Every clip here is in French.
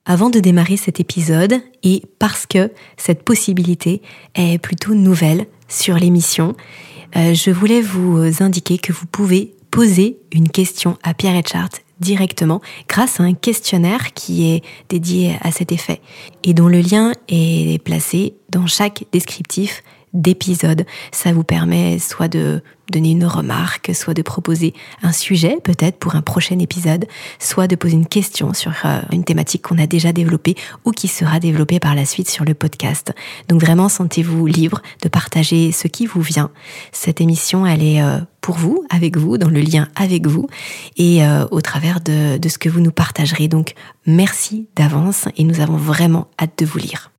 Avant de démarrer cet épisode, et parce que cette possibilité est plutôt nouvelle sur l'émission, je voulais vous indiquer que vous pouvez poser une question à Pierre Etchart directement grâce à un questionnaire qui est dédié à cet effet et dont le lien est placé dans chaque descriptif d'épisode. Ça vous permet soit de donner une remarque, soit de proposer un sujet peut-être pour un prochain épisode, soit de poser une question sur une thématique qu'on a déjà développée ou qui sera développée par la suite sur le podcast. Donc vraiment, sentez-vous libre de partager ce qui vous vient. Cette émission, elle est pour vous, avec vous, dans le lien avec vous et au travers de ce que vous nous partagerez. Donc merci d'avance et nous avons vraiment hâte de vous lire.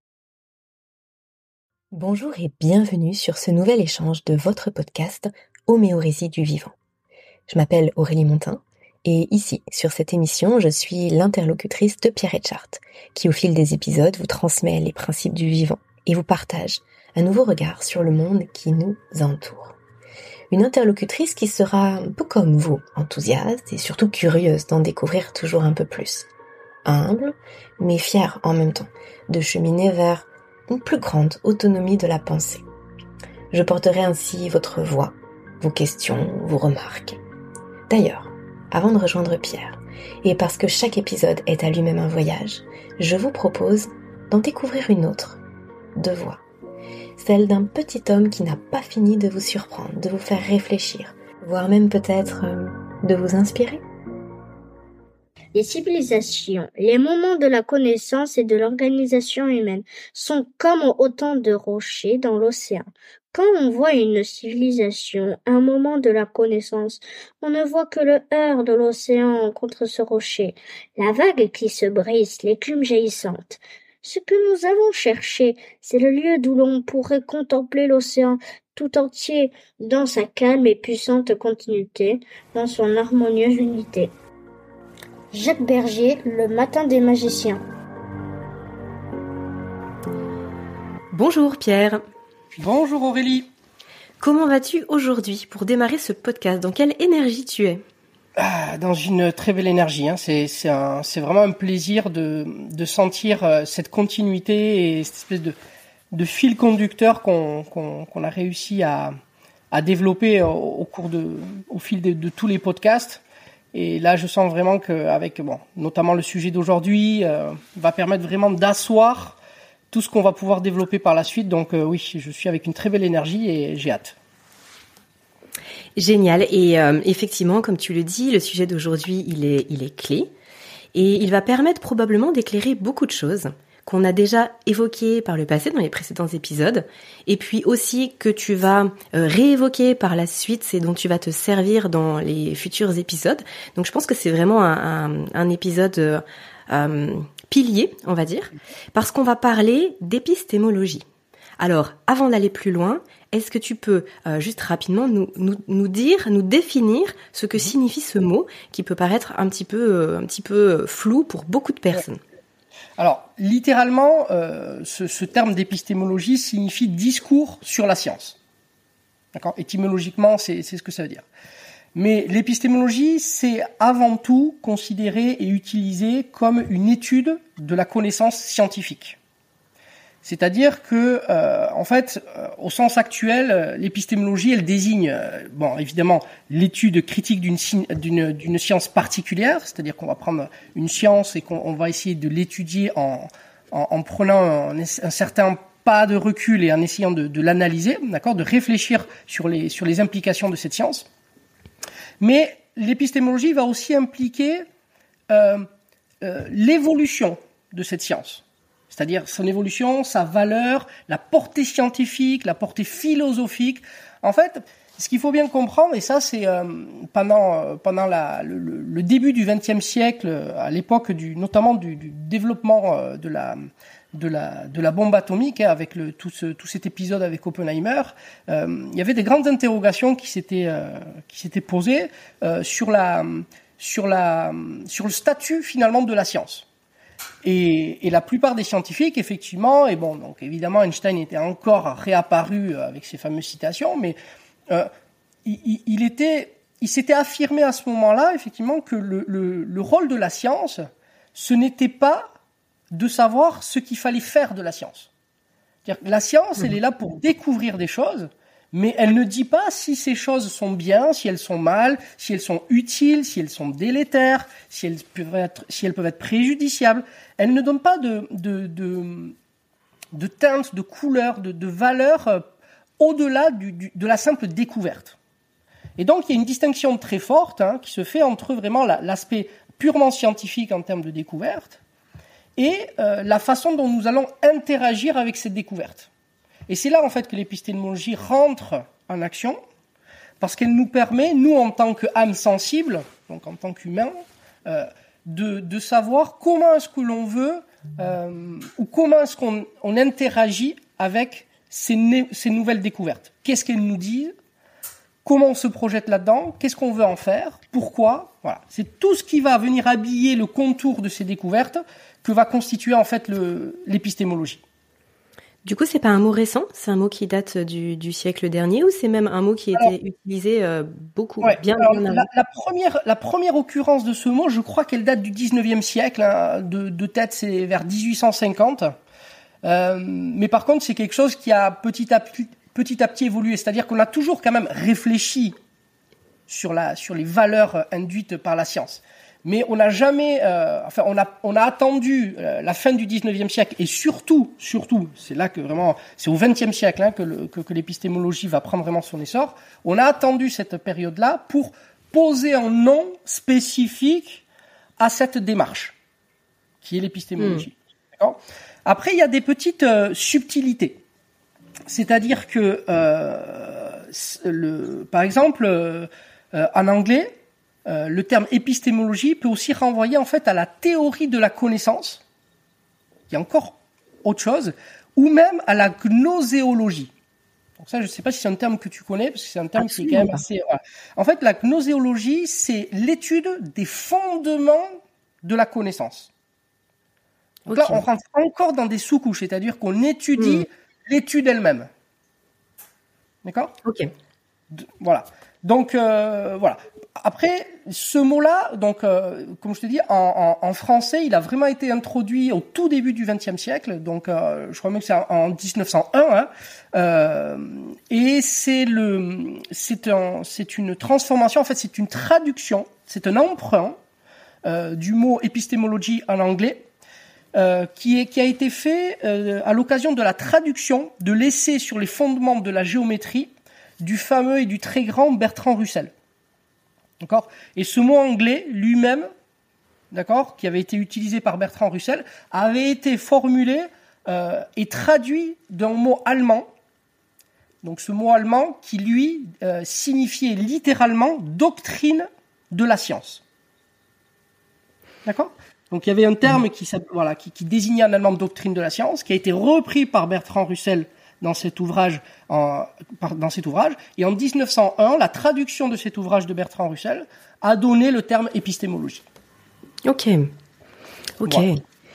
Bonjour et bienvenue sur ce nouvel échange de votre podcast Homéorésie du vivant. Je m'appelle Aurélie Montin et ici, sur cette émission, je suis l'interlocutrice de Pierre Etchart qui au fil des épisodes vous transmet les principes du vivant et vous partage un nouveau regard sur le monde qui nous entoure. Une interlocutrice qui sera un peu comme vous, enthousiaste et surtout curieuse d'en découvrir toujours un peu plus. Humble, mais fière en même temps de cheminer vers une plus grande autonomie de la pensée. Je porterai ainsi votre voix, vos questions, vos remarques. D'ailleurs, avant de rejoindre Pierre, et parce que chaque épisode est à lui-même un voyage, je vous propose d'en découvrir une autre, de voix. Celle d'un petit homme qui n'a pas fini de vous surprendre, de vous faire réfléchir, voire même peut-être de vous inspirer. Les civilisations, les moments de la connaissance et de l'organisation humaine sont comme autant de rochers dans l'océan. Quand on voit une civilisation, un moment de la connaissance, on ne voit que le heurt de l'océan contre ce rocher, la vague qui se brise, l'écume jaillissante. Ce que nous avons cherché, c'est le lieu d'où l'on pourrait contempler l'océan tout entier dans sa calme et puissante continuité, dans son harmonieuse unité. Jacques Bergier, Le matin des magiciens. Bonjour Pierre. Bonjour Aurélie. Comment vas-tu aujourd'hui pour démarrer ce podcast ? Dans quelle énergie tu es ? Dans une très belle énergie. C'est vraiment un plaisir de sentir cette continuité et cette espèce de fil conducteur qu'on a réussi à développer au fil de tous les podcasts. Et là, je sens vraiment qu'avec notamment le sujet d'aujourd'hui, va permettre vraiment d'asseoir tout ce qu'on va pouvoir développer par la suite. Donc oui, je suis avec une très belle énergie et j'ai hâte. Génial. Et effectivement, comme tu le dis, le sujet d'aujourd'hui, il est clé. Et il va permettre probablement d'éclairer beaucoup de choses qu'on a déjà évoquées par le passé dans les précédents épisodes, et puis aussi que tu vas réévoquer par la suite, c'est dont tu vas te servir dans les futurs épisodes. Donc je pense que c'est vraiment un épisode pilier, on va dire, parce qu'on va parler d'épistémologie. Alors, avant d'aller plus loin, est-ce que tu peux juste rapidement nous définir ce que signifie ce mot qui peut paraître un petit peu flou pour beaucoup de personnes? Alors, littéralement, ce terme d'épistémologie signifie discours sur la science. D'accord ? Étymologiquement, c'est ce que ça veut dire. Mais l'épistémologie, c'est avant tout considéré et utilisé comme une étude de la connaissance scientifique. C'est-à-dire que, au sens actuel, l'épistémologie, elle désigne, évidemment, l'étude critique d'une science particulière, c'est-à-dire qu'on va prendre une science et qu'on va essayer de l'étudier en prenant un certain pas de recul et en essayant de l'analyser, d'accord, de réfléchir sur les implications de cette science. Mais l'épistémologie va aussi impliquer l'évolution de cette science. C'est-à-dire son évolution, sa valeur, la portée scientifique, la portée philosophique. En fait, ce qu'il faut bien comprendre, et ça c'est pendant le début du XXe siècle, à l'époque notamment du développement de la bombe atomique, avec tout cet épisode avec Oppenheimer, il y avait des grandes interrogations qui s'étaient posées sur le statut finalement de la science. Et la plupart des scientifiques, effectivement, donc évidemment Einstein était encore réapparu avec ses fameuses citations, mais il s'était affirmé à ce moment-là, effectivement, que le rôle de la science, ce n'était pas de savoir ce qu'il fallait faire de la science. C'est-à-dire que la science, elle est là pour découvrir des choses, mais elle ne dit pas si ces choses sont bien, si elles sont mal, si elles sont utiles, si elles sont délétères, si elles peuvent être préjudiciables. Elle ne donne pas de teinte, de couleur, de valeur au-delà de la simple découverte. Et donc, il y a une distinction très forte qui se fait entre vraiment l'aspect purement scientifique en termes de découverte et la façon dont nous allons interagir avec cette découverte. Et c'est là, en fait, que l'épistémologie rentre en action, parce qu'elle nous permet, nous, en tant qu'âme sensible, donc en tant qu'humain, de savoir comment est-ce que l'on veut, ou comment est-ce qu'on interagit avec ces nouvelles découvertes. Qu'est-ce qu'elles nous disent ? Comment on se projette là-dedans ? Qu'est-ce qu'on veut en faire ? Pourquoi ? Voilà. C'est tout ce qui va venir habiller le contour de ces découvertes que va constituer, en fait, l'épistémologie. Du coup, c'est pas un mot récent, c'est un mot qui date du siècle dernier, ou c'est même un mot qui était utilisé beaucoup, bien avant. La première occurrence de ce mot, je crois qu'elle date du 19e siècle, de tête c'est vers 1850. Mais par contre, c'est quelque chose qui a petit à petit évolué, c'est-à-dire qu'on a toujours quand même réfléchi sur les valeurs induites par la science. Mais on n'a jamais, on a attendu la fin du 19e siècle et surtout, c'est là que vraiment, c'est au 20e siècle que l'épistémologie va prendre vraiment son essor. On a attendu cette période-là pour poser un nom spécifique à cette démarche, qui est l'épistémologie. D'accord ? Après, il y a des petites subtilités. C'est-à-dire que, par exemple, en anglais, le terme épistémologie peut aussi renvoyer en fait à la théorie de la connaissance, qui est encore autre chose, ou même à la gnoséologie. Donc ça, je ne sais pas si c'est un terme que tu connais, parce que c'est un terme qui est quand même assez... Voilà. En fait, la gnoséologie, c'est l'étude des fondements de la connaissance. Donc là, on rentre encore dans des sous-couches, c'est-à-dire qu'on étudie l'étude elle-même. D'accord ? Ok. Voilà. Donc, voilà. Après, ce mot-là, donc, comme je te dis, en français, il a vraiment été introduit au tout début du XXe siècle. Donc, je crois même que c'est en 1901. Et c'est une transformation. En fait, c'est une traduction. C'est un emprunt du mot épistémologie en anglais, qui a été fait à l'occasion de la traduction de l'essai sur les fondements de la géométrie du fameux et du très grand Bertrand Russell. D'accord ? Et ce mot anglais lui-même, d'accord, qui avait été utilisé par Bertrand Russell, avait été formulé et traduit d'un mot allemand. Donc ce mot allemand qui, lui, signifiait littéralement doctrine de la science. D'accord ? Donc il y avait un terme qui désignait en allemand doctrine de la science, qui a été repris par Bertrand Russell dans cet ouvrage. Et en 1901, la traduction de cet ouvrage de Bertrand Russell a donné le terme épistémologie. Ok. Voilà.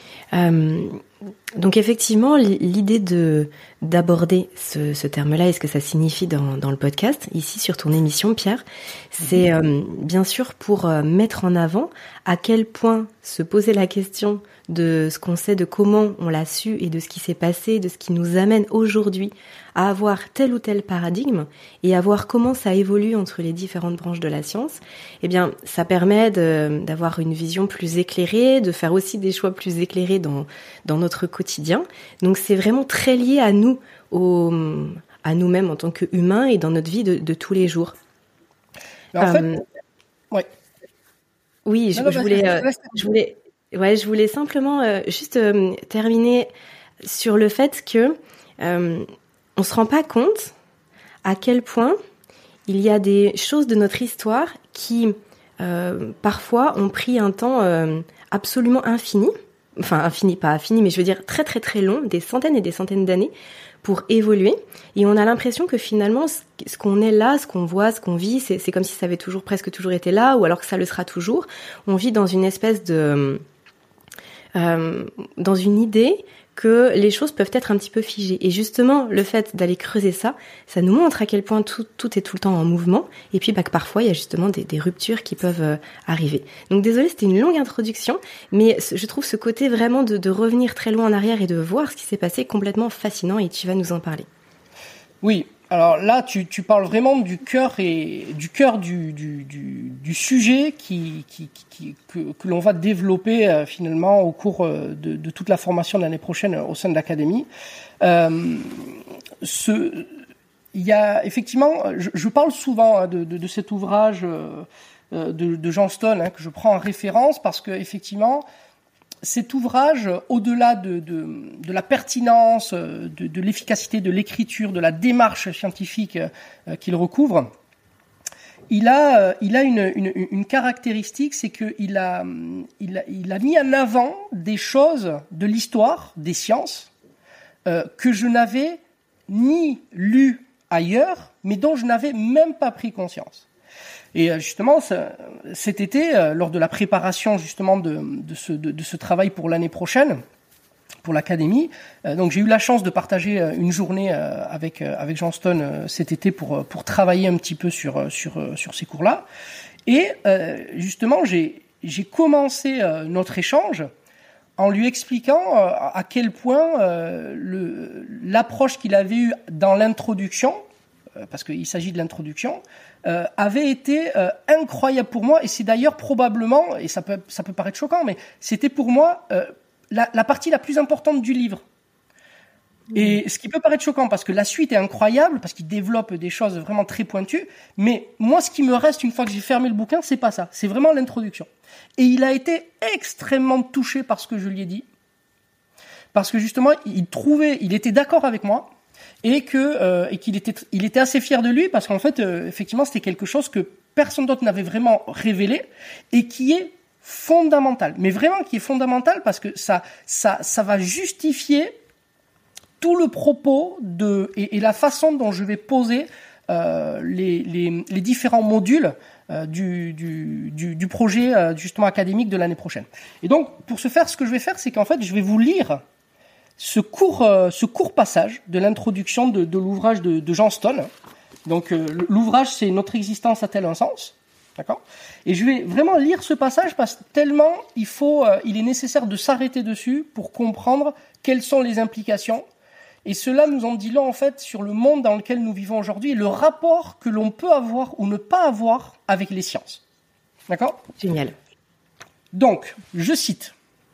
Donc effectivement, l'idée d'aborder ce terme-là et ce que ça signifie dans le podcast, ici sur ton émission, Pierre, c'est bien sûr pour mettre en avant à quel point se poser la question de ce qu'on sait, de comment on l'a su et de ce qui s'est passé, de ce qui nous amène aujourd'hui à avoir tel ou tel paradigme et à voir comment ça évolue entre les différentes branches de la science, eh bien, ça permet d'avoir une vision plus éclairée, de faire aussi des choix plus éclairés dans notre quotidien. Donc, c'est vraiment très lié à nous, à nous-mêmes en tant qu'humains et dans notre vie de tous les jours. En fait, ouais. Oui, je voulais simplement juste terminer sur le fait que on se rend pas compte à quel point il y a des choses de notre histoire qui parfois ont pris un temps absolument infini, enfin infini, pas infini, mais je veux dire très très très long, des centaines et des centaines d'années pour évoluer. Et on a l'impression que finalement, ce qu'on est là, ce qu'on voit, ce qu'on vit, c'est comme si ça avait presque toujours été là, ou alors que ça le sera toujours. On vit dans une espèce de dans une idée que les choses peuvent être un petit peu figées. Et justement, le fait d'aller creuser ça nous montre à quel point tout est tout le temps en mouvement. Et puis, que parfois, il y a justement des ruptures qui peuvent arriver. Donc, désolée, c'était une longue introduction, mais je trouve ce côté vraiment de revenir très loin en arrière et de voir ce qui s'est passé complètement fascinant, et tu vas nous en parler. Oui. Alors là, tu parles vraiment du cœur du sujet que l'on va développer finalement au cours de toute la formation de l'année prochaine au sein de l'académie. Il y a effectivement, je parle souvent de cet ouvrage de Johnston que je prends en référence parce que effectivement, cet ouvrage, au-delà de la pertinence, de l'efficacité de l'écriture, de la démarche scientifique qu'il recouvre, il a une caractéristique, c'est qu'il a mis en avant des choses de l'histoire, des sciences, que je n'avais ni lues ailleurs, mais dont je n'avais même pas pris conscience. Et justement, cet été, lors de la préparation justement de ce travail pour l'année prochaine, pour l'académie, donc j'ai eu la chance de partager une journée avec Johnston cet été pour travailler un petit peu sur ces cours-là. Et justement, j'ai commencé notre échange en lui expliquant à quel point l'approche qu'il avait eue dans l'introduction, parce qu'il s'agit de l'introduction, avait été incroyable pour moi, et c'est d'ailleurs probablement, et ça peut paraître choquant, mais c'était pour moi la partie la plus importante du livre. Et ce qui peut paraître choquant, parce que la suite est incroyable, parce qu'il développe des choses vraiment très pointues, mais moi, ce qui me reste une fois que j'ai fermé le bouquin, c'est pas ça, c'est vraiment l'introduction. Et il a été extrêmement touché par ce que je lui ai dit, parce que justement, il était d'accord avec moi, et qu'il était assez fier de lui, parce qu'en fait, effectivement, c'était quelque chose que personne d'autre n'avait vraiment révélé, et qui est fondamental. Mais vraiment qui est fondamental, parce que ça va justifier tout le propos et la façon dont je vais poser les différents modules du projet justement académique de l'année prochaine. Et donc, pour ce faire, ce que je vais faire, c'est qu'en fait, je vais vous lire ce court passage de l'introduction de l'ouvrage de Johnston. Donc, l'ouvrage, c'est Notre existence a-t-elle un sens ? D'accord ? Et je vais vraiment lire ce passage parce que tellement il est nécessaire de s'arrêter dessus pour comprendre quelles sont les implications. Et cela nous en dit long, en fait, sur le monde dans lequel nous vivons aujourd'hui et le rapport que l'on peut avoir ou ne pas avoir avec les sciences. D'accord ? Génial. Donc, je cite.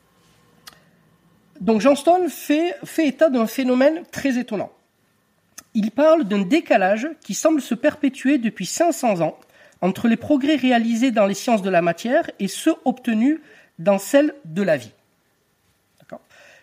Donc, Johnston fait état d'un phénomène très étonnant. Il parle d'un décalage qui semble se perpétuer depuis 500 ans entre les progrès réalisés dans les sciences de la matière et ceux obtenus dans celles de la vie. D'accord ?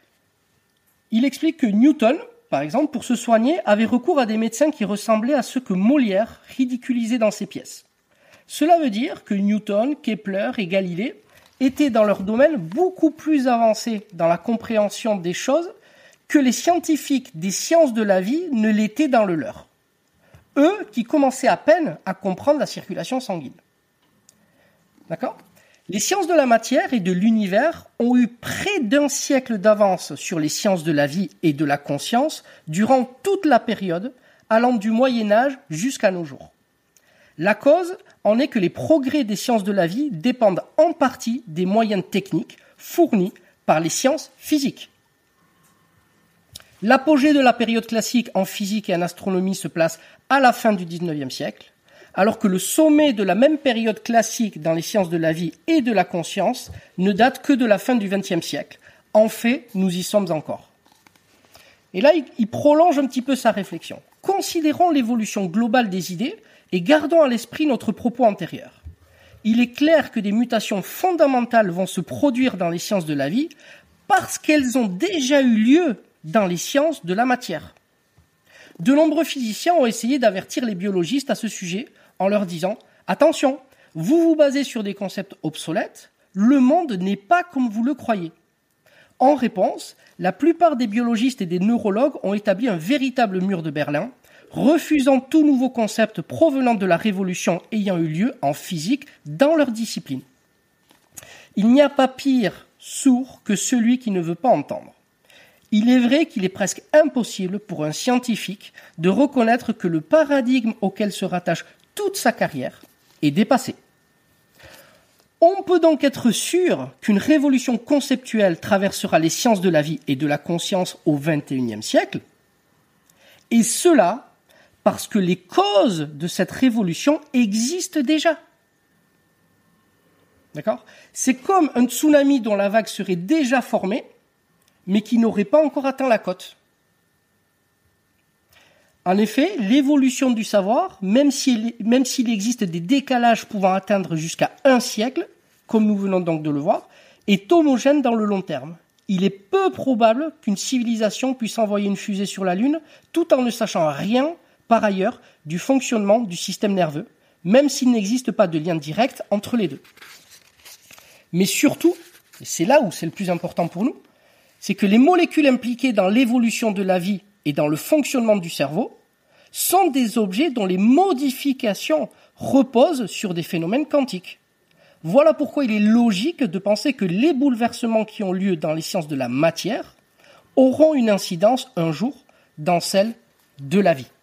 Il explique que Newton, par exemple, pour se soigner, avait recours à des médecins qui ressemblaient à ceux que Molière ridiculisait dans ses pièces. Cela veut dire que Newton, Kepler et Galilée étaient dans leur domaine beaucoup plus avancés dans la compréhension des choses que les scientifiques des sciences de la vie ne l'étaient dans le leur. Eux qui commençaient à peine à comprendre la circulation sanguine. D'accord ? Les sciences de la matière et de l'univers ont eu près d'un siècle d'avance sur les sciences de la vie et de la conscience durant toute la période allant du Moyen-Âge jusqu'à nos jours. La cause en est que les progrès des sciences de la vie dépendent en partie des moyens techniques fournis par les sciences physiques. L'apogée de la période classique en physique et en astronomie se place à la fin du XIXe siècle, alors que le sommet de la même période classique dans les sciences de la vie et de la conscience ne date que de la fin du XXe siècle. En fait, nous y sommes encore. Et là, il prolonge un petit peu sa réflexion. Considérons l'évolution globale des idées et gardons à l'esprit notre propos antérieur. Il est clair que des mutations fondamentales vont se produire dans les sciences de la vie parce qu'elles ont déjà eu lieu dans les sciences de la matière. De nombreux physiciens ont essayé d'avertir les biologistes à ce sujet en leur disant « Attention, vous vous basez sur des concepts obsolètes, le monde n'est pas comme vous le croyez. » En réponse, la plupart des biologistes et des neurologues ont établi un véritable mur de Berlin, refusant tout nouveau concept provenant de la révolution ayant eu lieu en physique dans leur discipline. Il n'y a pas pire sourd que celui qui ne veut pas entendre. Il est vrai qu'il est presque impossible pour un scientifique de reconnaître que le paradigme auquel se rattache toute sa carrière est dépassé. On peut donc être sûr qu'une révolution conceptuelle traversera les sciences de la vie et de la conscience au XXIe siècle, et cela parce que les causes de cette révolution existent déjà. D'accord ? C'est comme un tsunami dont la vague serait déjà formée, mais qui n'aurait pas encore atteint la côte. En effet, l'évolution du savoir, même s'il existe des décalages pouvant atteindre jusqu'à 1 siècle, comme nous venons donc de le voir, est homogène dans le long terme. Il est peu probable qu'une civilisation puisse envoyer une fusée sur la Lune tout en ne sachant rien, par ailleurs, du fonctionnement du système nerveux, même s'il n'existe pas de lien direct entre les deux. Mais surtout, et c'est là où c'est le plus important pour nous, c'est que les molécules impliquées dans l'évolution de la vie et dans le fonctionnement du cerveau sont des objets dont les modifications reposent sur des phénomènes quantiques. Voilà pourquoi il est logique de penser que les bouleversements qui ont lieu dans les sciences de la matière auront une incidence un jour dans celle de la vie.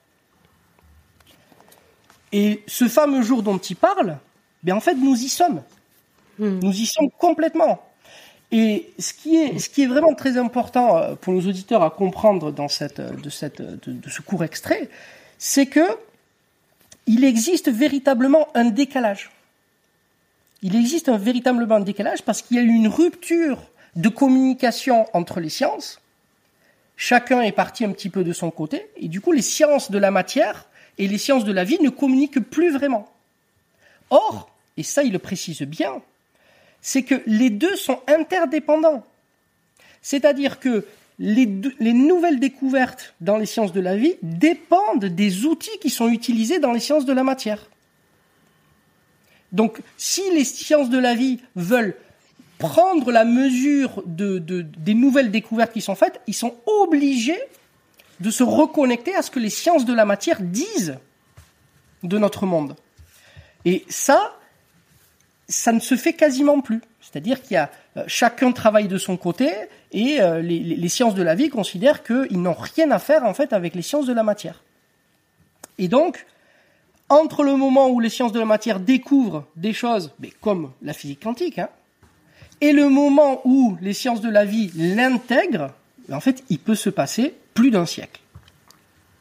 Et ce fameux jour dont il parle, en fait, nous y sommes. Nous y sommes complètement. Et ce qui est vraiment très important pour nos auditeurs à comprendre de ce court extrait, c'est que il existe véritablement un décalage. Il existe véritablement un décalage parce qu'il y a eu une rupture de communication entre les sciences. Chacun est parti un petit peu de son côté, et du coup, les sciences de la matière et les sciences de la vie ne communiquent plus vraiment. Or, et ça il le précise bien, c'est que les deux sont interdépendants. C'est-à-dire que les nouvelles découvertes dans les sciences de la vie dépendent des outils qui sont utilisés dans les sciences de la matière. Donc, si les sciences de la vie veulent prendre la mesure des nouvelles découvertes qui sont faites, ils sont obligés de se reconnecter à ce que les sciences de la matière disent de notre monde. Et ça ne se fait quasiment plus. C'est-à-dire qu'il y a chacun travaille de son côté et les sciences de la vie considèrent qu'ils n'ont rien à faire en fait avec les sciences de la matière. Et donc, entre le moment où les sciences de la matière découvrent des choses, comme la physique quantique, et le moment où les sciences de la vie l'intègrent, en fait, il peut se passer plus d'1 siècle. D'accord ?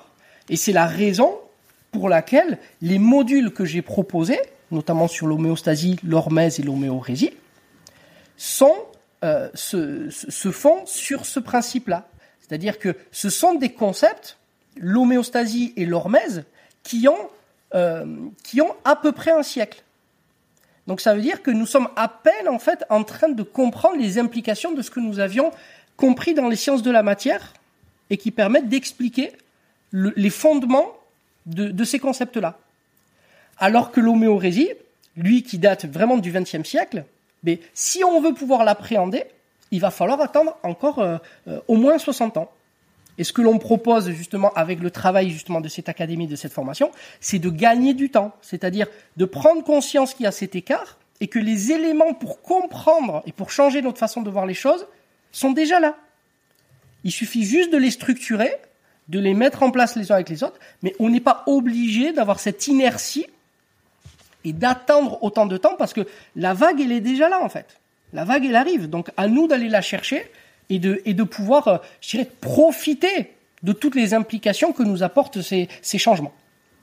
Et c'est la raison pour laquelle les modules que j'ai proposés, notamment sur l'homéostasie, l'hormèse et l'homéorésie, se font sur ce principe-là. C'est-à-dire que ce sont des concepts, l'homéostasie et l'hormèse, qui ont à peu près 1 siècle. Donc ça veut dire que nous sommes à peine en fait en train de comprendre les implications de ce que nous avions compris dans les sciences de la matière et qui permettent d'expliquer les fondements de ces concepts-là. Alors que l'homéorésie, lui qui date vraiment du XXe siècle, si on veut pouvoir l'appréhender, il va falloir attendre encore au moins 60 ans. Et ce que l'on propose justement avec le travail justement de cette académie, de cette formation, c'est de gagner du temps. C'est-à-dire de prendre conscience qu'il y a cet écart et que les éléments pour comprendre et pour changer notre façon de voir les choses sont déjà là. Il suffit juste de les structurer, de les mettre en place les uns avec les autres, mais on n'est pas obligé d'avoir cette inertie et d'attendre autant de temps parce que la vague, elle est déjà là en fait. La vague, elle arrive. Donc à nous d'aller la chercher et de pouvoir, profiter de toutes les implications que nous apportent ces changements.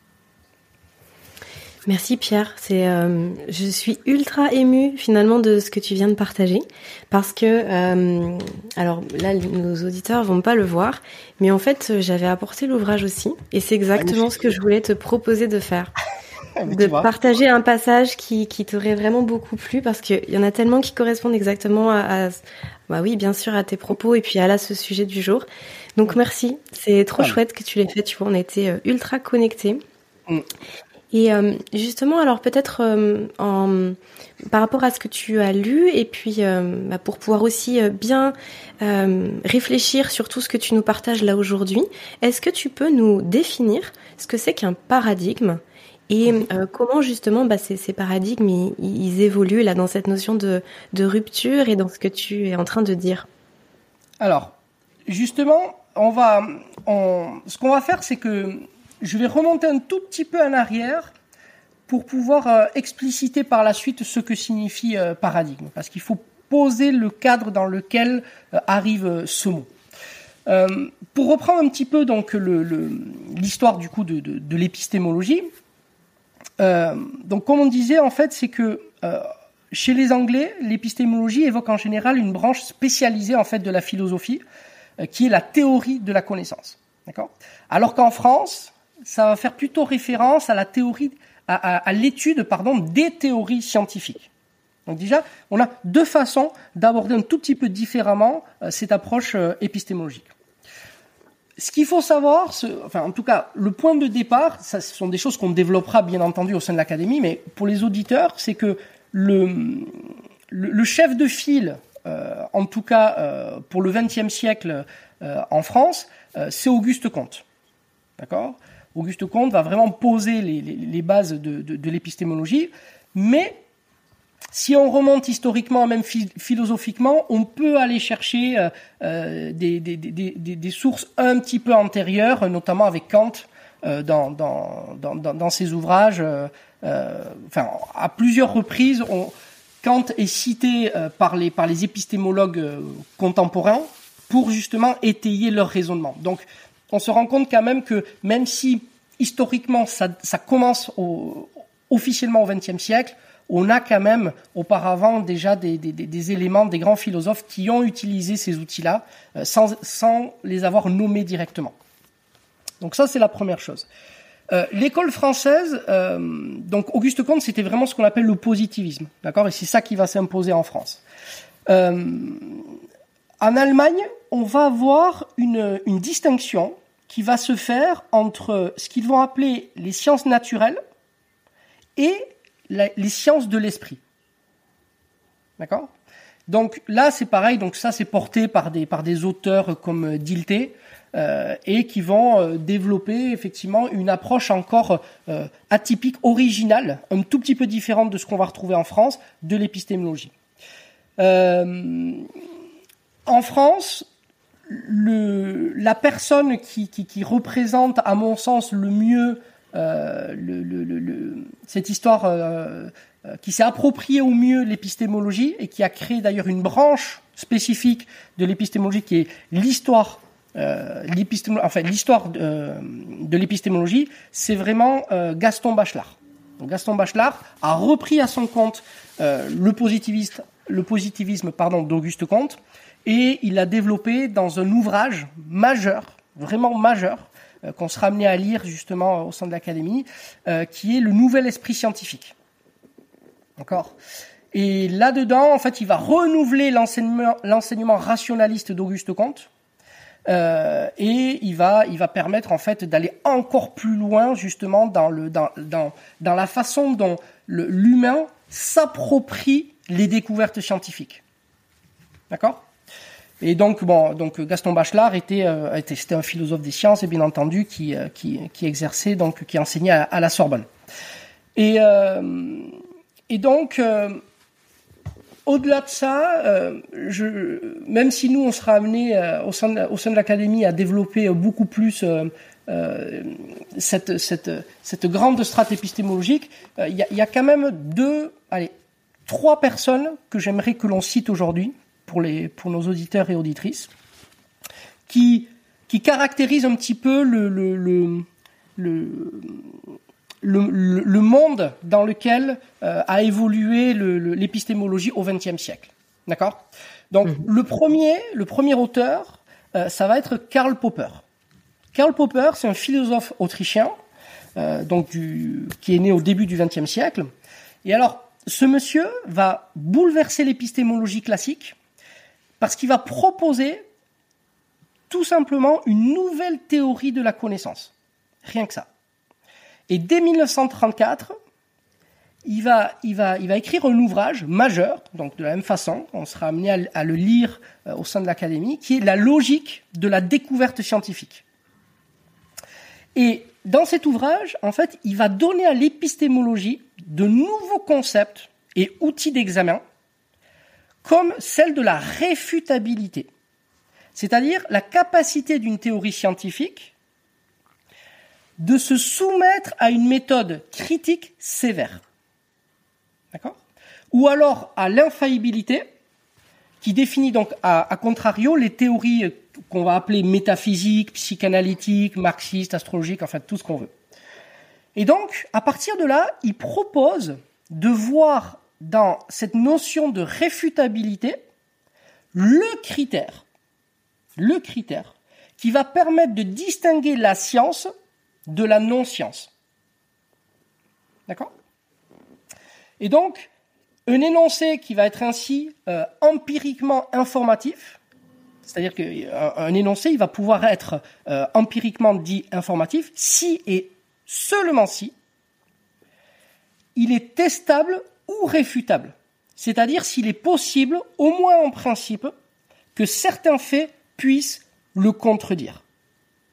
Merci Pierre, je suis ultra émue finalement de ce que tu viens de partager parce que, alors là nos auditeurs vont pas le voir, mais en fait j'avais apporté l'ouvrage aussi et c'est exactement ce que je voulais te proposer de faire. De partager un passage qui t'aurait vraiment beaucoup plu parce qu'il y en a tellement qui correspondent exactement bah oui, bien sûr, à tes propos et puis à ce sujet du jour. Donc merci, c'est trop chouette que tu l'aies fait, tu vois, on a été ultra connectés. Et justement, alors peut-être par rapport à ce que tu as lu et puis pour pouvoir aussi bien réfléchir sur tout ce que tu nous partages là aujourd'hui, est-ce que tu peux nous définir ce que c'est qu'un paradigme Et comment justement ces paradigmes ils évoluent là dans cette notion de rupture et dans ce que tu es en train de dire. Alors, justement, ce qu'on va faire, c'est que je vais remonter un tout petit peu en arrière pour pouvoir expliciter par la suite ce que signifie paradigme, parce qu'il faut poser le cadre dans lequel arrive ce mot. Pour reprendre un petit peu donc l'histoire du coup de l'épistémologie, donc comme on disait en fait, c'est que chez les Anglais, l'épistémologie évoque en général une branche spécialisée en fait de la philosophie, qui est la théorie de la connaissance, d'accord ? Alors qu'en France, ça va faire plutôt référence à la théorie, à l'étude des théories scientifiques. Donc déjà, on a deux façons d'aborder un tout petit peu différemment cette approche épistémologique. Ce qu'il faut savoir, en tout cas, le point de départ, ça, ce sont des choses qu'on développera bien entendu au sein de l'académie, mais pour les auditeurs, c'est que le chef de file, en tout cas pour le XXe siècle en France, c'est Auguste Comte. D'accord ? Auguste Comte va vraiment poser les bases de l'épistémologie, mais si on remonte historiquement, même philosophiquement, on peut aller chercher des sources un petit peu antérieures, notamment avec Kant dans ses ouvrages. À plusieurs reprises, Kant est cité par les épistémologues contemporains pour justement étayer leur raisonnement. Donc, on se rend compte quand même que même si historiquement ça commence officiellement au XXe siècle, on a quand même auparavant déjà des éléments, des grands philosophes qui ont utilisé ces outils-là sans les avoir nommés directement. Donc ça, c'est la première chose. L'école française, donc Auguste Comte, c'était vraiment ce qu'on appelle le positivisme, d'accord ? Et c'est ça qui va s'imposer en France. En Allemagne, on va avoir une distinction qui va se faire entre ce qu'ils vont appeler les sciences naturelles et les sciences de l'esprit. D'accord ? Donc là, c'est pareil, donc ça c'est porté par des auteurs comme Dilthey, et qui vont développer effectivement une approche encore atypique, originale, un tout petit peu différente de ce qu'on va retrouver en France, de l'épistémologie. En France, la personne qui représente, à mon sens, le mieux cette histoire qui s'est appropriée au mieux l'épistémologie et qui a créé d'ailleurs une branche spécifique de l'épistémologie qui est l'histoire l'histoire de l'épistémologie, c'est vraiment Gaston Bachelard. Donc, Gaston Bachelard a repris à son compte le positivisme d'Auguste Comte et il a développé dans un ouvrage majeur, vraiment majeur, qu'on sera amené à lire justement au sein de l'Académie, qui est le Nouvel Esprit Scientifique. D'accord ? Et là-dedans, en fait, il va renouveler l'enseignement rationaliste d'Auguste Comte, et il va permettre en fait d'aller encore plus loin justement dans la façon dont l'humain s'approprie les découvertes scientifiques. D'accord ? Et donc Gaston Bachelard c'était un philosophe des sciences et bien entendu qui exerçait qui enseignait à la Sorbonne. Et donc au-delà de ça, même si nous on sera amené au sein de l'académie à développer beaucoup plus cette grande strate épistémologique, il y a quand même trois personnes que j'aimerais que l'on cite aujourd'hui pour nos auditeurs et auditrices, qui caractérisent un petit peu le monde dans lequel a évolué l'épistémologie au XXe siècle. D'accord ? Donc le premier auteur, ça va être Karl Popper. Karl Popper, c'est un philosophe autrichien, qui est né au début du XXe siècle. Et alors, ce monsieur va bouleverser l'épistémologie classique parce qu'il va proposer tout simplement une nouvelle théorie de la connaissance. Rien que ça. Et dès 1934, il va écrire un ouvrage majeur, donc de la même façon, on sera amené à le lire au sein de l'Académie, qui est la logique de la découverte scientifique. Et dans cet ouvrage, en fait, il va donner à l'épistémologie de nouveaux concepts et outils d'examen, comme celle de la réfutabilité, c'est-à-dire la capacité d'une théorie scientifique de se soumettre à une méthode critique sévère. D'accord ? Ou alors à l'infaillibilité, qui définit donc à contrario les théories qu'on va appeler métaphysiques, psychanalytiques, marxistes, astrologiques, enfin tout ce qu'on veut. Et donc, à partir de là, il propose de voir dans cette notion de réfutabilité le critère qui va permettre de distinguer la science de la non-science. D'accord ? Et donc, un énoncé qui va être ainsi empiriquement informatif, c'est-à-dire qu'un énoncé, il va pouvoir être empiriquement dit informatif si et seulement si il est testable ou réfutable. C'est-à-dire s'il est possible, au moins en principe, que certains faits puissent le contredire. D'accord ?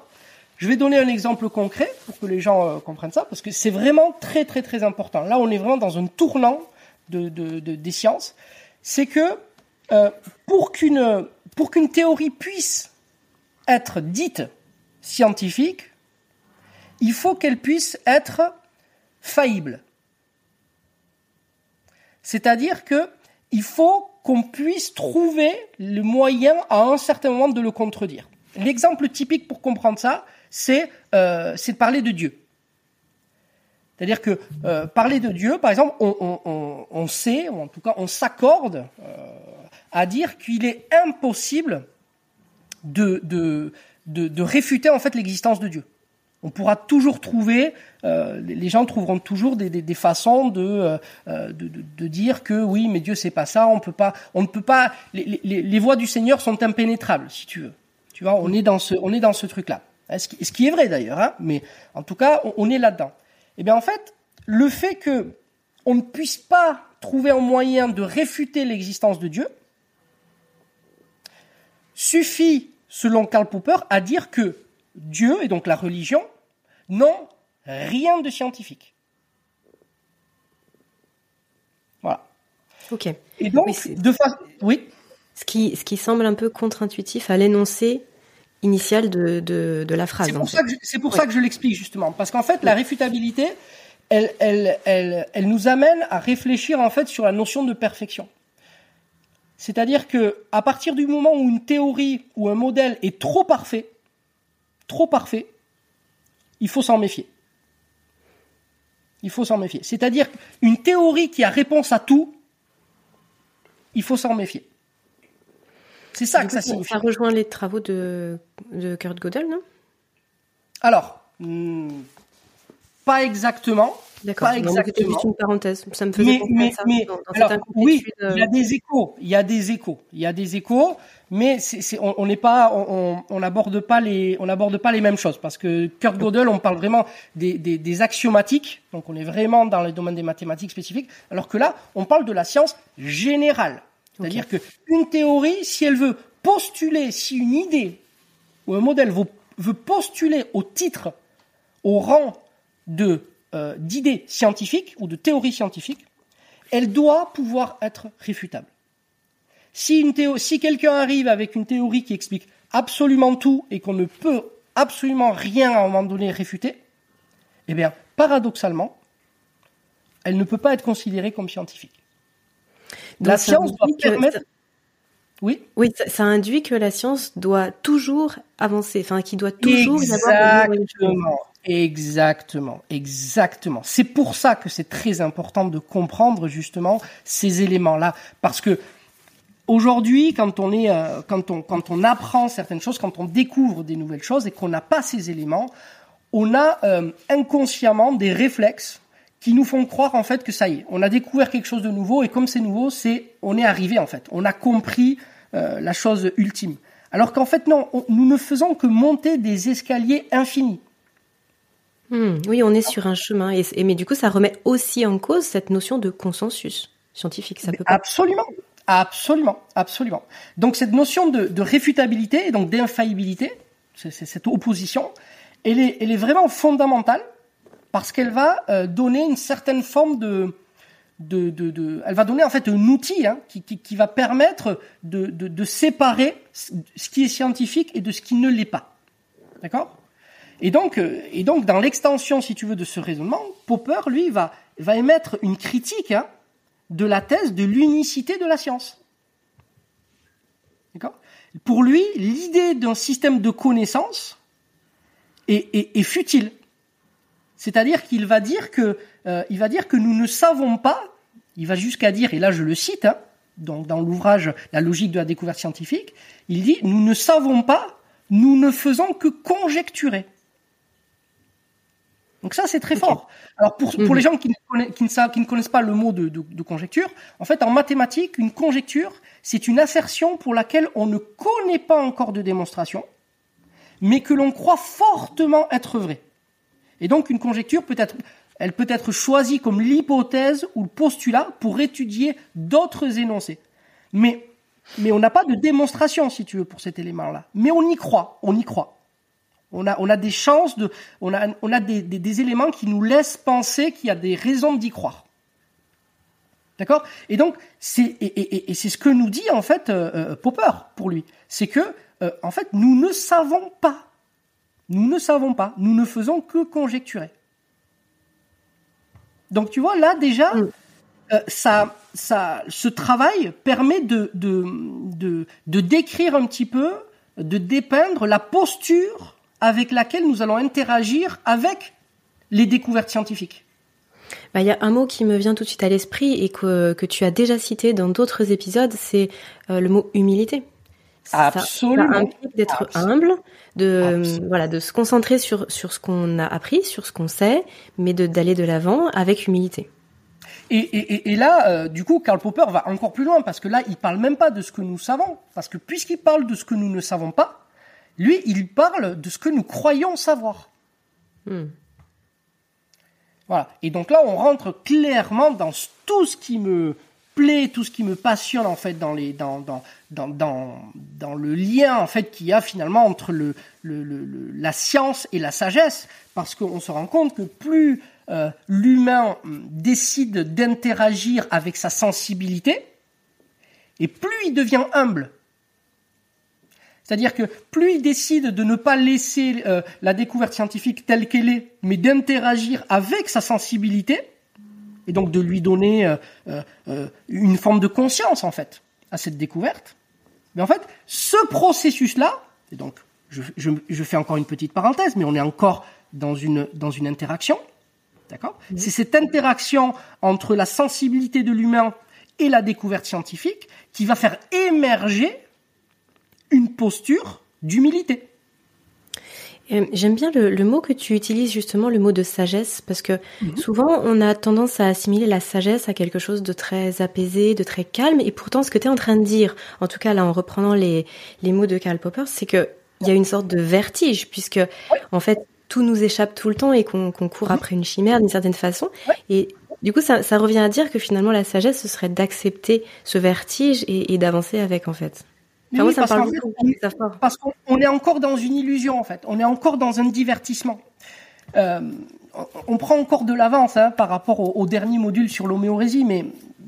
Je vais donner un exemple concret pour que les gens comprennent ça, parce que c'est vraiment très très très important. Là, on est vraiment dans un tournant des sciences. C'est que pour qu'une théorie puisse être dite scientifique, il faut qu'elle puisse être faillible. C'est-à-dire que il faut qu'on puisse trouver le moyen à un certain moment de le contredire. L'exemple typique pour comprendre ça, c'est de parler de Dieu. C'est-à-dire que parler de Dieu, par exemple, on sait, ou en tout cas on s'accorde à dire qu'il est impossible de réfuter en fait l'existence de Dieu. On pourra toujours trouver, les gens trouveront toujours des façons de dire que oui, mais Dieu c'est pas ça, on ne peut pas. Les voies du Seigneur sont impénétrables, si tu veux. Tu vois, on est dans ce truc-là. Ce qui est vrai d'ailleurs, hein, mais en tout cas, on est là-dedans. Eh bien, en fait, le fait que on ne puisse pas trouver un moyen de réfuter l'existence de Dieu suffit, selon Karl Popper, à dire que Dieu, et donc la religion, n'ont rien de scientifique. Voilà. Ok. Et donc, oui. Ce qui semble un peu contre-intuitif à l'énoncé initial de la phrase. C'est pour ça que je l'explique justement, parce qu'en fait, la réfutabilité, elle nous amène à réfléchir en fait sur la notion de perfection. C'est-à-dire que à partir du moment où une théorie ou un modèle est trop parfait, il faut s'en méfier. Il faut s'en méfier. C'est-à-dire qu'une théorie qui a réponse à tout, il faut s'en méfier. C'est ça que ça signifie. Ça rejoint les travaux de Kurt Gödel, non ? Alors, pas exactement. D'accord. Pas exactement. C'était juste une parenthèse. Ça me faisait penser à ça. Alors, oui, il y a des échos, mais on n'aborde pas les mêmes choses, parce que Kurt Gödel, on parle vraiment des axiomatiques, donc on est vraiment dans le domaine des mathématiques spécifiques, alors que là, on parle de la science générale. C'est-à-dire que une théorie, si elle veut postuler, si une idée ou un modèle veut postuler au titre, au rang d'idées scientifiques ou de théories scientifiques, elle doit pouvoir être réfutable. Si quelqu'un arrive avec une théorie qui explique absolument tout et qu'on ne peut absolument rien à un moment donné réfuter, eh bien, paradoxalement, elle ne peut pas être considérée comme scientifique. Donc la science doit permettre... Oui, ça induit que la science doit toujours avancer, enfin, qu'il doit toujours y avoir de nouvelles choses. Exactement. C'est pour ça que c'est très important de comprendre justement ces éléments-là, parce que aujourd'hui, quand on apprend certaines choses, quand on découvre des nouvelles choses et qu'on n'a pas ces éléments, on a inconsciemment des réflexes qui nous font croire en fait que ça y est, on a découvert quelque chose de nouveau et comme c'est nouveau, on est arrivé en fait, on a compris la chose ultime. Alors qu'en fait non, nous ne faisons que monter des escaliers infinis. Oui, on est sur un chemin, mais du coup ça remet aussi en cause cette notion de consensus scientifique. Ça peut pas... Absolument. Donc cette notion de réfutabilité et donc d'infaillibilité, c'est cette opposition, elle est vraiment fondamentale parce qu'elle va donner une certaine forme elle va donner en fait un outil qui va permettre de séparer ce qui est scientifique et de ce qui ne l'est pas. D'accord ? Et donc dans l'extension, si tu veux, de ce raisonnement, Popper, lui, va émettre une critique de la thèse de l'unicité de la science. D'accord ? Pour lui, l'idée d'un système de connaissances est futile. C'est-à-dire qu'il va dire que nous ne savons pas, il va jusqu'à dire, et là je le cite, dans l'ouvrage La logique de la découverte scientifique, il dit « Nous ne savons pas, nous ne faisons que conjecturer ». Donc ça, c'est très fort. Alors pour les gens qui ne connaissent pas le mot de conjecture, en fait, en mathématiques, une conjecture, c'est une assertion pour laquelle on ne connaît pas encore de démonstration, mais que l'on croit fortement être vraie. Et donc une conjecture peut être choisie comme l'hypothèse ou le postulat pour étudier d'autres énoncés. Mais on n'a pas de démonstration, si tu veux, pour cet élément-là. Mais on y croit. On a des chances on a des éléments qui nous laissent penser qu'il y a des raisons d'y croire. D'accord ? Et donc, c'est ce que nous dit, en fait, Popper, pour lui. C'est que, en fait, nous ne savons pas. Nous ne faisons que conjecturer. Donc, tu vois, là, déjà, ce travail permet de décrire un petit peu, de dépeindre la posture avec laquelle nous allons interagir avec les découvertes scientifiques. Il y a un mot qui me vient tout de suite à l'esprit et que tu as déjà cité dans d'autres épisodes, c'est le mot humilité. Absolument. Ça implique d'être humble, de se concentrer sur ce qu'on a appris, sur ce qu'on sait, mais d'aller de l'avant avec humilité. Et là, du coup, Karl Popper va encore plus loin parce que là, il parle même pas de ce que nous savons, parce que puisqu'il parle de ce que nous ne savons pas, lui, il parle de ce que nous croyons savoir. Voilà. Et donc là, on rentre clairement dans tout ce qui me plaît, tout ce qui me passionne en fait dans le lien en fait qu'il y a finalement entre la science et la sagesse, parce qu'on se rend compte que plus l'humain décide d'interagir avec sa sensibilité, et plus il devient humble. C'est-à-dire que plus il décide de ne pas laisser la découverte scientifique telle qu'elle est, mais d'interagir avec sa sensibilité, et donc de lui donner une forme de conscience, en fait, à cette découverte. Mais en fait, ce processus-là, et donc je fais encore une petite parenthèse, mais on est encore dans une interaction, d'accord ? C'est cette interaction entre la sensibilité de l'humain et la découverte scientifique qui va faire émerger une posture d'humilité. J'aime bien le mot que tu utilises, justement, le mot de sagesse, parce que souvent on a tendance à assimiler la sagesse à quelque chose de très apaisé, de très calme, et pourtant ce que tu es en train de dire, en tout cas là en reprenant les mots de Karl Popper, c'est que il y a une sorte de vertige, puisque en fait tout nous échappe tout le temps et qu'on court après une chimère d'une certaine façon, et du coup ça revient à dire que finalement la sagesse ce serait d'accepter ce vertige et d'avancer avec, en fait. Enfin, oui, moi, ça me parle beaucoup. Parce qu'on est encore dans une illusion, en fait. On est encore dans un divertissement. On prend encore de l'avance par rapport au dernier module sur l'homéorésie, mais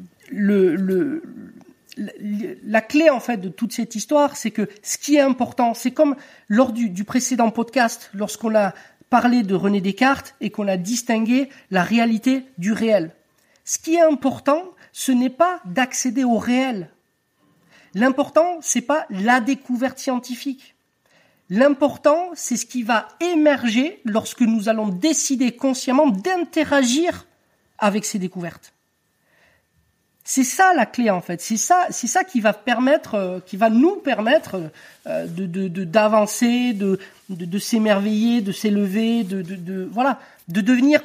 la clé, en fait, de toute cette histoire, c'est que ce qui est important, c'est comme lors du précédent podcast, lorsqu'on a parlé de René Descartes et qu'on a distingué la réalité du réel. Ce qui est important, ce n'est pas d'accéder au réel. L'important, c'est pas la découverte scientifique. L'important, c'est ce qui va émerger lorsque nous allons décider consciemment d'interagir avec ces découvertes. C'est ça la clé, en fait. C'est ça qui va nous permettre d'avancer, de s'émerveiller, de s'élever, de devenir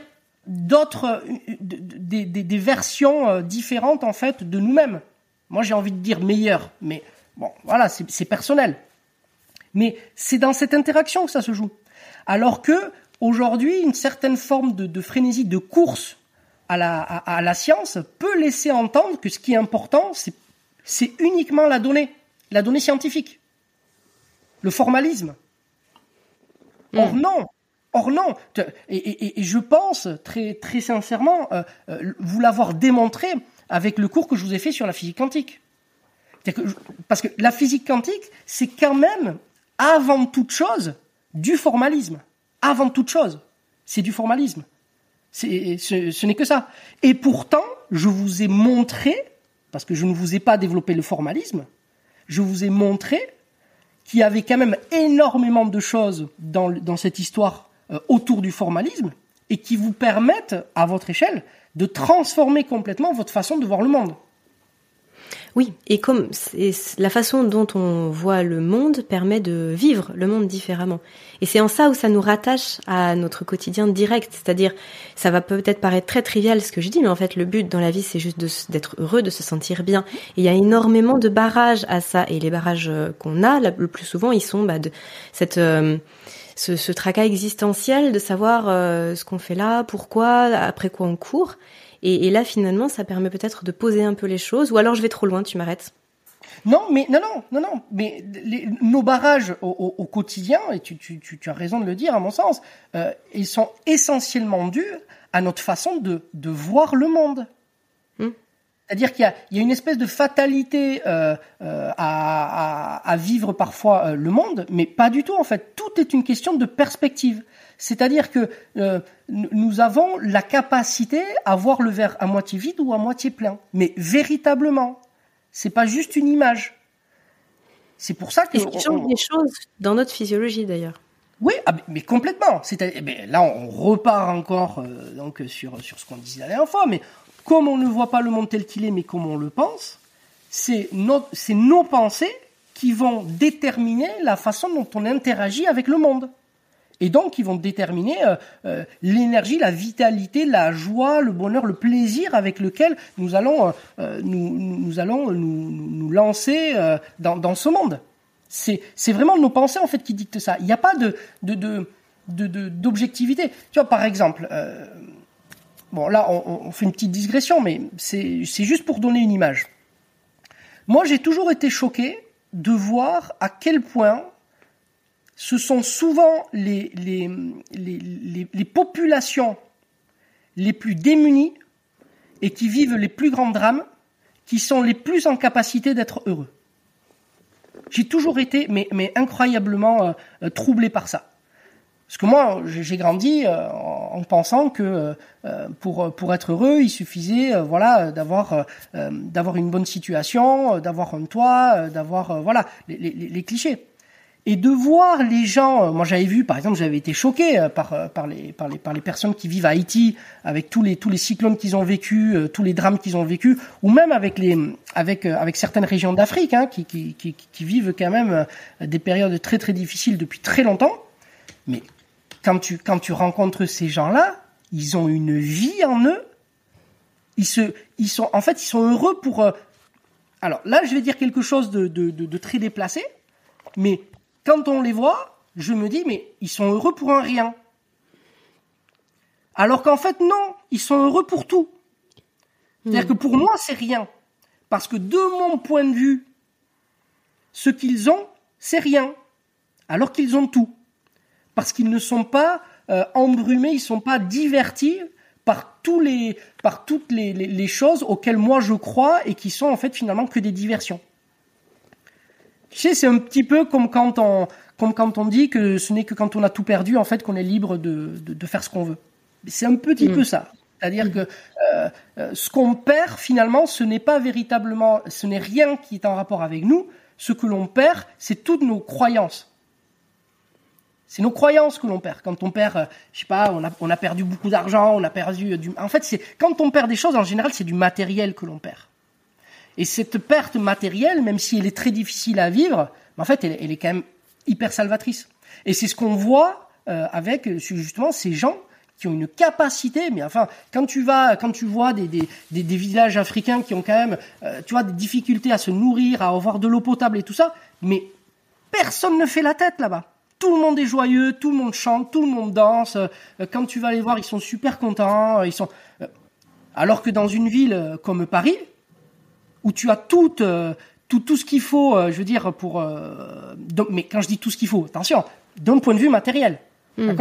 des versions différentes, en fait, de nous-mêmes. Moi, j'ai envie de dire meilleur, mais bon, voilà, c'est personnel. Mais c'est dans cette interaction que ça se joue. Alors que, aujourd'hui, une certaine forme de frénésie, de course à la science peut laisser entendre que ce qui est important, c'est uniquement la donnée scientifique. Le formalisme. Or, non. Or non, et je pense très très sincèrement vous l'avoir démontré avec le cours que je vous ai fait sur la physique quantique. Parce que la physique quantique, c'est quand même avant toute chose du formalisme. Avant toute chose, c'est du formalisme. Ce n'est que ça. Et pourtant, je vous ai montré, parce que je ne vous ai pas développé le formalisme, je vous ai montré qu'il y avait quand même énormément de choses dans cette histoire autour du formalisme et qui vous permettent, à votre échelle, de transformer complètement votre façon de voir le monde. Oui, et comme la façon dont on voit le monde permet de vivre le monde différemment. Et c'est en ça où ça nous rattache à notre quotidien direct. C'est-à-dire, ça va peut-être paraître très trivial ce que je dis, mais en fait, le but dans la vie, c'est juste d'être heureux, de se sentir bien. Et il y a énormément de barrages à ça. Et les barrages qu'on a, le plus souvent, ils sont de ce tracas existentiel de savoir ce qu'on fait là, pourquoi, après quoi on court. Et là, finalement, ça permet peut-être de poser un peu les choses. Ou alors, je vais trop loin, tu m'arrêtes. Non. Mais nos barrages au quotidien, et tu as raison de le dire, à mon sens, ils sont essentiellement dus à notre façon de voir le monde. C'est-à-dire qu'il y a une espèce de fatalité à vivre parfois le monde, mais pas du tout, en fait. Tout est une question de perspective. C'est-à-dire que nous avons la capacité à voir le verre à moitié vide ou à moitié plein. Mais véritablement, c'est pas juste une image. C'est pour ça que... Et ce qui change des choses dans notre physiologie, d'ailleurs. Oui, mais complètement. Là, on repart encore donc sur ce qu'on disait la dernière fois, mais comme on ne voit pas le monde tel qu'il est, mais comme on le pense, c'est nos pensées qui vont déterminer la façon dont on interagit avec le monde. Et donc, ils vont déterminer l'énergie, la vitalité, la joie, le bonheur, le plaisir avec lequel nous allons nous lancer dans ce monde. C'est vraiment nos pensées en fait qui dictent ça. Il n'y a pas d'objectivité. Tu vois, par exemple, bon là, on fait une petite digression, mais c'est juste pour donner une image. Moi, j'ai toujours été choqué de voir à quel point ce sont souvent les populations les plus démunies et qui vivent les plus grands drames qui sont les plus en capacité d'être heureux. J'ai toujours été mais incroyablement troublé par ça. Parce que moi, j'ai grandi en pensant que pour être heureux, il suffisait d'avoir une bonne situation, d'avoir un toit, d'avoir les clichés. Et de voir les gens, moi j'avais vu, par exemple, j'avais été choqué par les personnes qui vivent à Haïti, avec tous les cyclones qu'ils ont vécu, tous les drames qu'ils ont vécu, ou même avec certaines régions d'Afrique, qui vivent quand même des périodes très très difficiles depuis très longtemps. Mais quand tu rencontres ces gens-là, ils ont une vie en eux. Ils sont heureux pour. Alors là, je vais dire quelque chose de très déplacé, mais quand on les voit, je me dis, mais ils sont heureux pour un rien. Alors qu'en fait, non, ils sont heureux pour tout. C'est-à-dire que pour moi, c'est rien. Parce que de mon point de vue, ce qu'ils ont, c'est rien. Alors qu'ils ont tout. Parce qu'ils ne sont pas embrumés, ils ne sont pas divertis par toutes les choses auxquelles moi je crois et qui sont en fait finalement que des diversions. Tu sais, c'est un petit peu comme quand on dit que ce n'est que quand on a tout perdu en fait qu'on est libre de faire ce qu'on veut. C'est un petit peu ça. C'est-à-dire que ce qu'on perd finalement, ce n'est rien qui est en rapport avec nous. Ce que l'on perd, c'est toutes nos croyances. C'est nos croyances que l'on perd. Quand on perd, je sais pas, on a perdu beaucoup d'argent, on a perdu en fait, quand on perd des choses, en général, c'est du matériel que l'on perd. Et cette perte matérielle, même si elle est très difficile à vivre, en fait, elle est quand même hyper salvatrice. Et c'est ce qu'on voit avec justement ces gens qui ont une capacité. Mais enfin, quand tu vois des villages africains qui ont quand même, des difficultés à se nourrir, à avoir de l'eau potable et tout ça, mais personne ne fait la tête là-bas. Tout le monde est joyeux, tout le monde chante, tout le monde danse. Quand tu vas les voir, ils sont super contents. Alors que dans une ville comme Paris, où tu as tout ce qu'il faut, je veux dire, mais quand je dis tout ce qu'il faut, attention, d'un point de vue matériel, d'accord ?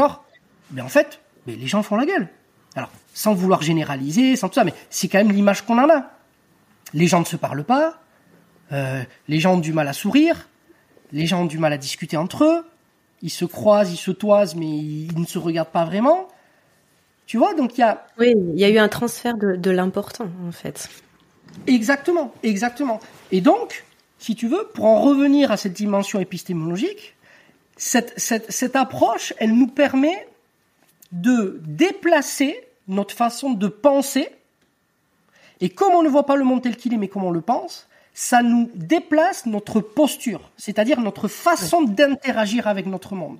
mais en fait, les gens font la gueule. Alors, sans vouloir généraliser, sans tout ça, mais c'est quand même l'image qu'on en a. Les gens ne se parlent pas, les gens ont du mal à sourire, les gens ont du mal à discuter entre eux, ils se croisent, ils se toisent, mais ils ne se regardent pas vraiment. Tu vois, donc il y a... Oui, il y a eu un transfert de l'important, en fait. Exactement. Et donc, si tu veux, pour en revenir à cette dimension épistémologique, cette approche, elle nous permet de déplacer notre façon de penser, et comme on ne voit pas le monde tel qu'il est, mais comme on le pense, ça nous déplace notre posture, c'est-à-dire notre façon d'interagir avec notre monde.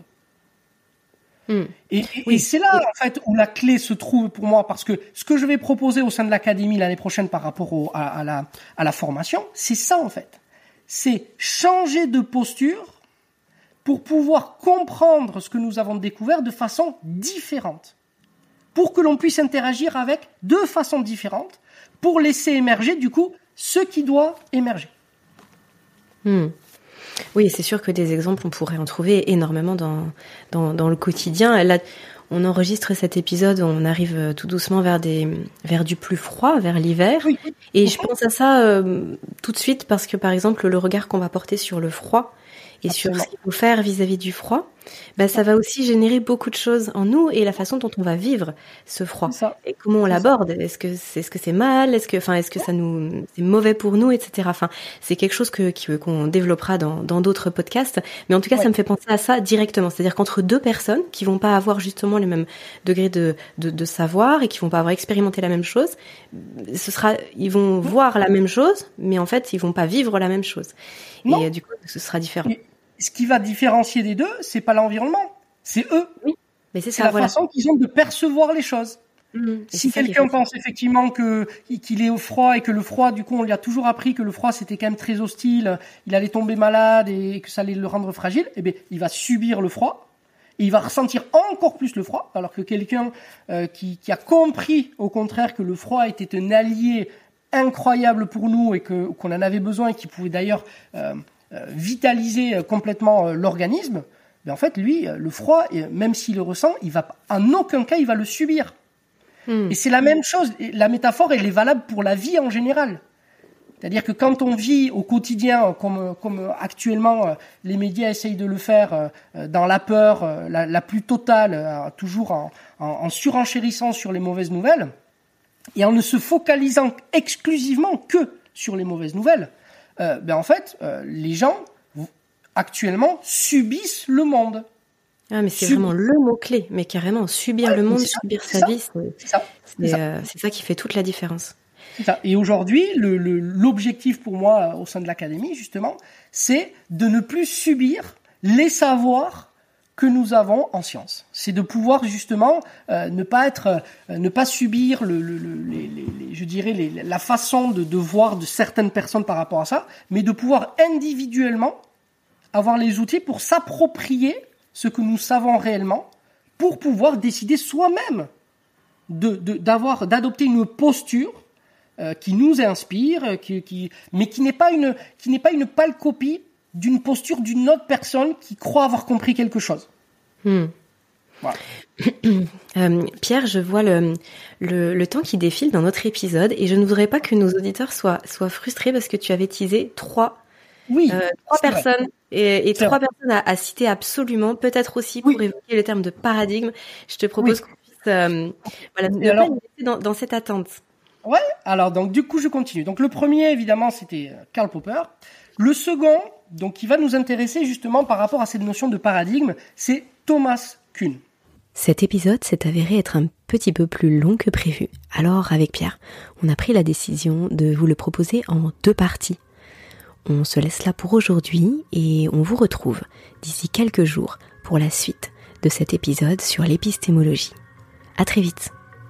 Et c'est là, en fait, où la clé se trouve pour moi, parce que ce que je vais proposer au sein de l'académie l'année prochaine par rapport à la formation, c'est ça, en fait. C'est changer de posture pour pouvoir comprendre ce que nous avons découvert de façon différente. Pour que l'on puisse interagir avec de façon différente, pour laisser émerger, du coup, ce qui doit émerger. Oui, c'est sûr que des exemples, on pourrait en trouver énormément dans le quotidien. Là, on enregistre cet épisode, on arrive tout doucement vers du plus froid, vers l'hiver. Oui. Et je pense à ça tout de suite parce que, par exemple, le regard qu'on va porter sur le froid et Absolument. Sur ce qu'il faut faire vis-à-vis du froid, ça va aussi générer beaucoup de choses en nous et la façon dont on va vivre ce froid. Et comment on l'aborde. Est-ce que c'est mal? Est-ce que c'est mauvais pour nous, etc. Enfin, c'est quelque chose qu'on développera dans d'autres podcasts. Mais en tout cas, ça me fait penser à ça directement. C'est-à-dire qu'entre deux personnes qui vont pas avoir justement les mêmes degrés de savoir et qui vont pas avoir expérimenté la même chose, ils vont voir la même chose, mais en fait, ils vont pas vivre la même chose. Non. Et du coup, ce sera différent. Et ce qui va différencier des deux, c'est pas l'environnement, c'est eux. Oui, mais c'est la façon qu'ils ont de percevoir les choses. Si quelqu'un pense effectivement qu'il est au froid et que le froid, du coup, on lui a toujours appris que le froid c'était quand même très hostile, il allait tomber malade et que ça allait le rendre fragile, il va subir le froid et il va ressentir encore plus le froid, alors que quelqu'un qui a compris au contraire que le froid était un allié incroyable pour nous et qu'on en avait besoin et qui pouvait d'ailleurs vitaliser complètement l'organisme, en fait, lui, le froid, même s'il le ressent, en aucun cas, il va le subir. Et c'est la même chose. La métaphore, elle est valable pour la vie en général. C'est-à-dire que quand on vit au quotidien, comme actuellement les médias essayent de le faire, dans la peur la plus totale, toujours en surenchérissant sur les mauvaises nouvelles, et en ne se focalisant exclusivement que sur les mauvaises nouvelles, en fait, les gens actuellement subissent le monde. Ah, mais c'est vraiment le mot-clé, mais carrément, subir le monde, subir sa vie, c'est ça qui fait toute la différence. C'est ça. Et aujourd'hui, l'objectif pour moi au sein de l'académie, justement, c'est de ne plus subir les savoirs que nous avons en sciences. C'est de pouvoir justement ne pas subir la façon de voir de certaines personnes par rapport à ça, mais de pouvoir individuellement avoir les outils pour s'approprier ce que nous savons réellement, pour pouvoir décider soi-même d'adopter une posture qui nous inspire, mais qui n'est pas une pâle copie d'une posture d'une autre personne qui croit avoir compris quelque chose. Voilà. Pierre, je vois le temps qui défile dans notre épisode et je ne voudrais pas que nos auditeurs soient frustrés parce que tu avais teasé trois personnes et trois personnes à citer absolument, peut-être aussi pour évoquer le terme de paradigme. Je te propose qu'on puisse ne pas nous laisser dans cette attente. Ouais, alors donc du coup je continue. Donc le premier évidemment c'était Karl Popper. Le second, donc qui va nous intéresser justement par rapport à cette notion de paradigme, c'est Thomas Kuhn. Cet épisode s'est avéré être un petit peu plus long que prévu. Alors avec Pierre, on a pris la décision de vous le proposer en 2 parties. On se laisse là pour aujourd'hui et on vous retrouve d'ici quelques jours pour la suite de cet épisode sur l'épistémologie. À très vite.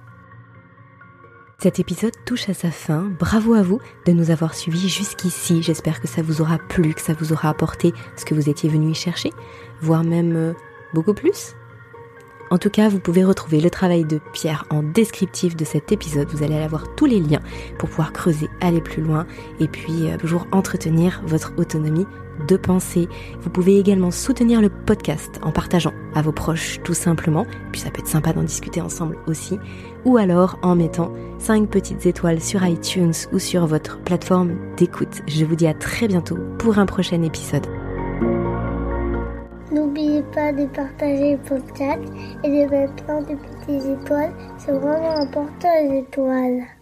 Cet épisode touche à sa fin. Bravo à vous de nous avoir suivis jusqu'ici. J'espère que ça vous aura plu, que ça vous aura apporté ce que vous étiez venu y chercher, voire même beaucoup plus. En tout cas, vous pouvez retrouver le travail de Pierre en descriptif de cet épisode. Vous allez avoir tous les liens pour pouvoir creuser, aller plus loin et puis toujours entretenir votre autonomie de pensée. Vous pouvez également soutenir le podcast en partageant à vos proches tout simplement, puis ça peut être sympa d'en discuter ensemble aussi, ou alors en mettant 5 petites étoiles sur iTunes ou sur votre plateforme d'écoute. Je vous dis à très bientôt pour un prochain épisode. N'oubliez pas de partager le podcast et de mettre plein de petites étoiles. C'est vraiment important, les étoiles.